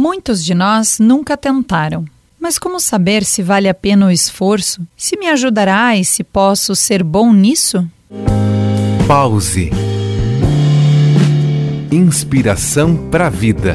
Muitos de nós nunca tentaram. Mas como saber se vale a pena o esforço? Se me ajudará e se posso ser bom nisso? Pause. Inspiração para a vida.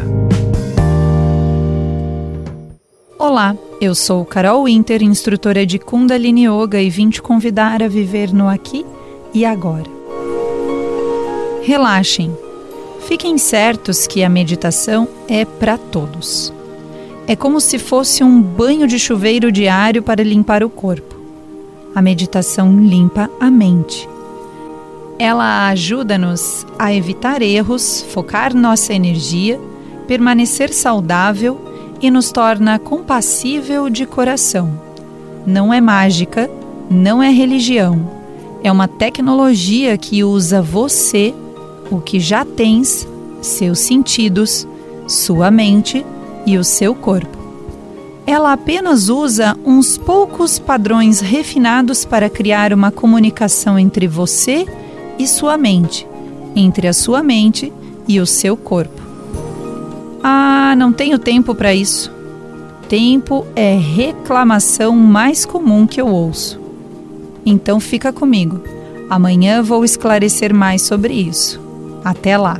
Olá, eu sou Carol Winter, instrutora de Kundalini Yoga e vim te convidar a viver no aqui e agora. Relaxem. Fiquem certos que a meditação é para todos. É como se fosse um banho de chuveiro diário para limpar o corpo. A meditação limpa a mente. Ela ajuda-nos a evitar erros, focar nossa energia, permanecer saudável e nos torna compassível de coração. Não é mágica, não é religião. É uma tecnologia que usa você, o que já tens, seus sentidos, sua mente e o seu corpo. Ela apenas usa uns poucos padrões refinados para criar uma comunicação entre você e sua mente, entre a sua mente e o seu corpo. Ah, não tenho tempo para isso. Tempo é reclamação mais comum que eu ouço. Então fica comigo. Amanhã vou esclarecer mais sobre isso. Até lá.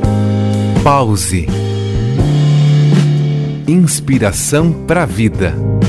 Pause. Inspiração para a vida.